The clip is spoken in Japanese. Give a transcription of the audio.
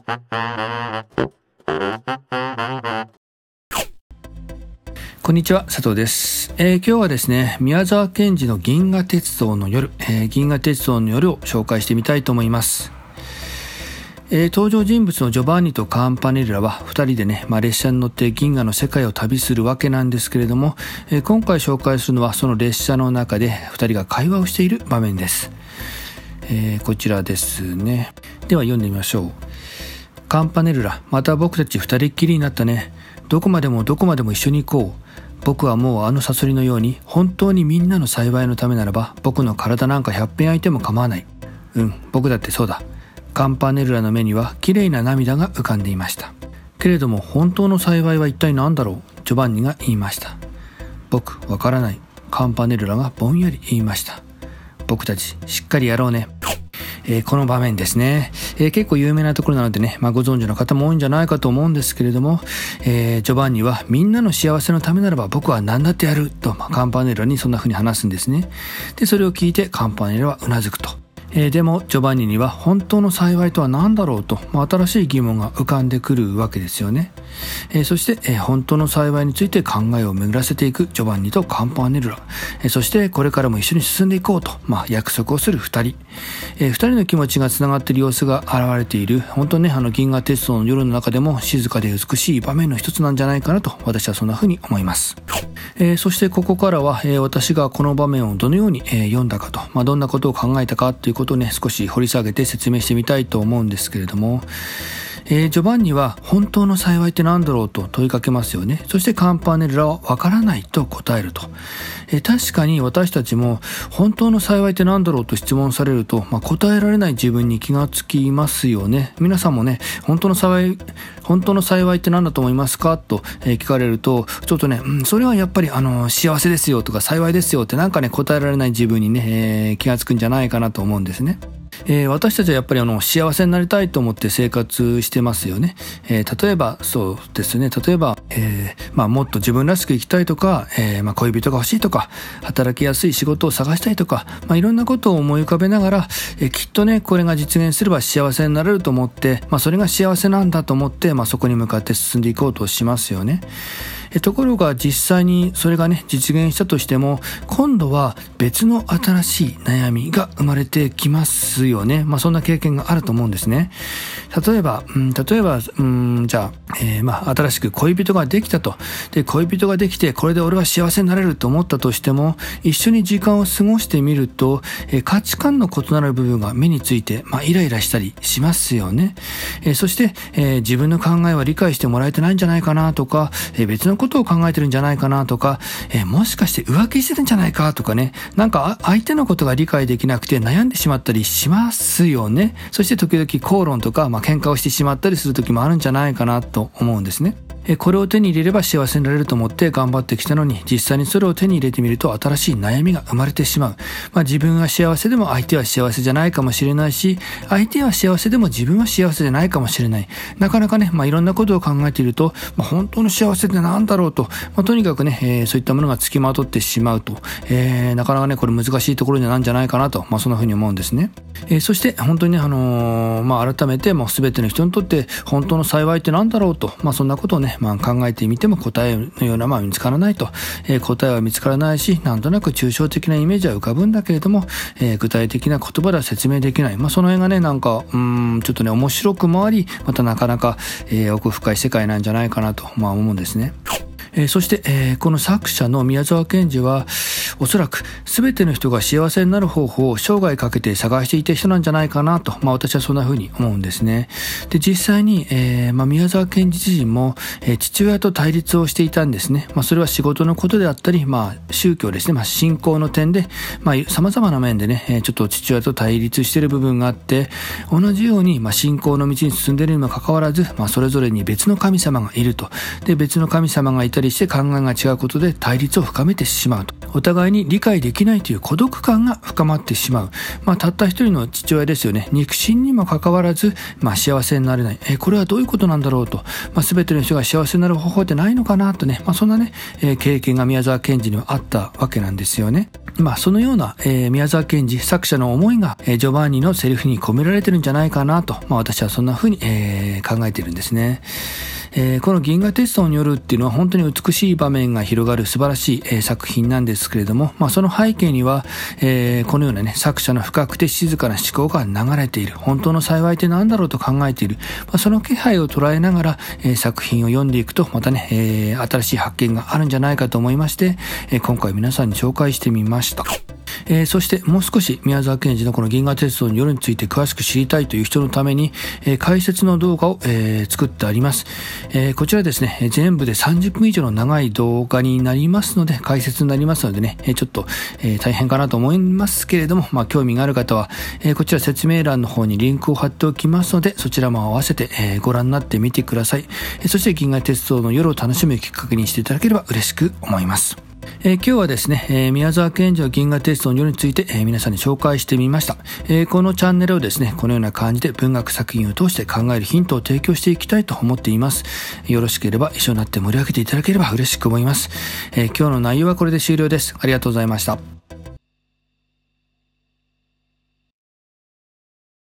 こんにちは、佐藤です。今日はですね、宮沢賢治の銀河鉄道の夜、銀河鉄道の夜を紹介してみたいと思います。登場人物のジョバンニとカンパネルラは2人でね、列車に乗って銀河の世界を旅するわけなんですけれども、今回紹介するのはその列車の中で2人が会話をしている場面です。こちらですね。では読んでみましょう。カンパネルラ、また僕たち2人っきりになったね。どこまでも一緒に行こう。僕はもうあのサソリのように本当にみんなの幸いのためならば僕の体なんか100遍空いても構わない。僕だってそうだ。カンパネルラの目にはきれいな涙が浮かんでいました。けれども本当の幸いは一体何だろう。ジョバンニが言いました。僕わからない。カンパネルラがぼんやり言いました。僕たちしっかりやろうね。この場面ですね、結構有名なところなのでね、ご存知の方も多いんじゃないかと思うんですけれども、ジョバンニはみんなの幸せのためならば僕は何だってやると、カンパネルラにそんな風に話すんですね。でそれを聞いてカンパネルラはうなずくと。でもジョバンニには本当の幸いとは何だろうと、新しい疑問が浮かんでくるわけですよね。そして、本当の幸いについて考えを巡らせていくジョバンニとカンパネルラ、そしてこれからも一緒に進んでいこうと、約束をする2人、2人の気持ちがつながっている様子が現れている、本当にね、銀河鉄道の夜の中でも静かで美しい場面の一つなんじゃないかなと私はそんな風に思います。そしてここからは、私がこの場面をどのように、読んだかと、どんなことを考えたかということをね、少し掘り下げて説明してみたいと思うんですけれども、ジョバンニは本当の幸いって何だろうと問いかけますよね。そしてカンパネルラはわからないと答えると。確かに私たちも本当の幸いって何だろうと質問されると、答えられない自分に気がつきますよね。皆さんもね、本当の幸いって何だと思いますかと、聞かれると、ちょっとね、それはやっぱり幸せですよとか幸いですよって答えられない自分にね、気がつくんじゃないかなと思うんですね。私たちはやっぱり幸せになりたいと思って生活してますよね。例えばそうですね。もっと自分らしく生きたいとか、恋人が欲しいとか、働きやすい仕事を探したいとか、いろんなことを思い浮かべながら、きっとねこれが実現すれば幸せになれると思って、それが幸せなんだと思って、そこに向かって進んでいこうとしますよね。ところが実際にそれがね実現したとしても、今度は別の新しい悩みが生まれてきますよね。そんな経験があると思うんですね。例えばじゃあ、新しく恋人ができたと。で恋人ができてこれで俺は幸せになれると思ったとしても、一緒に時間を過ごしてみると、価値観の異なる部分が目について、イライラしたりしますよね。そして、自分の考えは理解してもらえてないんじゃないかなとか、別のことを考えてるんじゃないかなとか、もしかして浮気してるんじゃないかとかね、相手のことが理解できなくて悩んでしまったりしますよね。そして時々口論とか、喧嘩をしてしまったりする時もあるんじゃないかなと思うんですね。これを手に入れれば幸せになれると思って頑張ってきたのに、実際にそれを手に入れてみると新しい悩みが生まれてしまう。自分は幸せでも相手は幸せじゃないかもしれないし、相手は幸せでも自分は幸せじゃないかもしれない。なかなかね、いろんなことを考えていると、本当の幸せって何だろうと、とにかくね、そういったものがつきまとってしまうと、なかなかねこれ難しいところになんじゃないかなと、そんな風に思うんですね。そして本当にね、改めて全ての人にとって本当の幸いって何だろうと、そんなことをね、考えてみても答えのような見つからないと、答えは見つからないし、なんとなく抽象的なイメージは浮かぶんだけれども、具体的な言葉では説明できない。その辺がねちょっとね面白くもあり、またなかなか、奥深い世界なんじゃないかなと、思うんですね。そして、この作者の宮沢賢治はおそらく全ての人が幸せになる方法を生涯かけて探していた人なんじゃないかなと、私はそんな風に思うんですね。で実際に、宮沢賢治自身も、父親と対立をしていたんですね。それは仕事のことであったり、宗教ですね、信仰の点で、様々な面でね、ちょっと父親と対立している部分があって、同じように、信仰の道に進んでいるにもかかわらず、それぞれに別の神様がいると。で別の神様がいたりして考えが違うことで対立を深めてしまうと。 お互いに理解できないという孤独感が深まってしまう。たった一人の父親ですよね。肉親にもかかわらず、幸せになれない。これはどういうことなんだろうと。全ての人が幸せになる方法ってないのかなとね。そんなね、経験が宮沢賢治にはあったわけなんですよね。そのような、宮沢賢治作者の思いが、ジョバンニのセリフに込められてるんじゃないかなと、私はそんな風に、考えているんですね。この銀河鉄道によるっていうのは本当に美しい場面が広がる素晴らしい、作品なんですけれども、その背景には、このようなね、作者の深くて静かな思考が流れている。本当の幸いって何だろうと考えている。その気配を捉えながら、作品を読んでいくと、またね、新しい発見があるんじゃないかと思いまして、今回皆さんに紹介してみました。そしてもう少し宮沢賢治のこの銀河鉄道の夜について詳しく知りたいという人のために、解説の動画を、作ってあります。こちらですね、全部で30分以上の長い動画になりますので、解説になりますのでね、ちょっと、大変かなと思いますけれども、興味がある方は、こちら説明欄の方にリンクを貼っておきますので、そちらも合わせて、ご覧になってみてください。そして銀河鉄道の夜を楽しむきっかけにしていただければ嬉しく思います。今日はですね、宮沢賢治の銀河鉄道の夜について、皆さんに紹介してみました。このチャンネルをですね、このような感じで文学作品を通して考えるヒントを提供していきたいと思っています。よろしければ一緒になって盛り上げていただければ嬉しく思います。今日の内容はこれで終了です。ありがとうございました。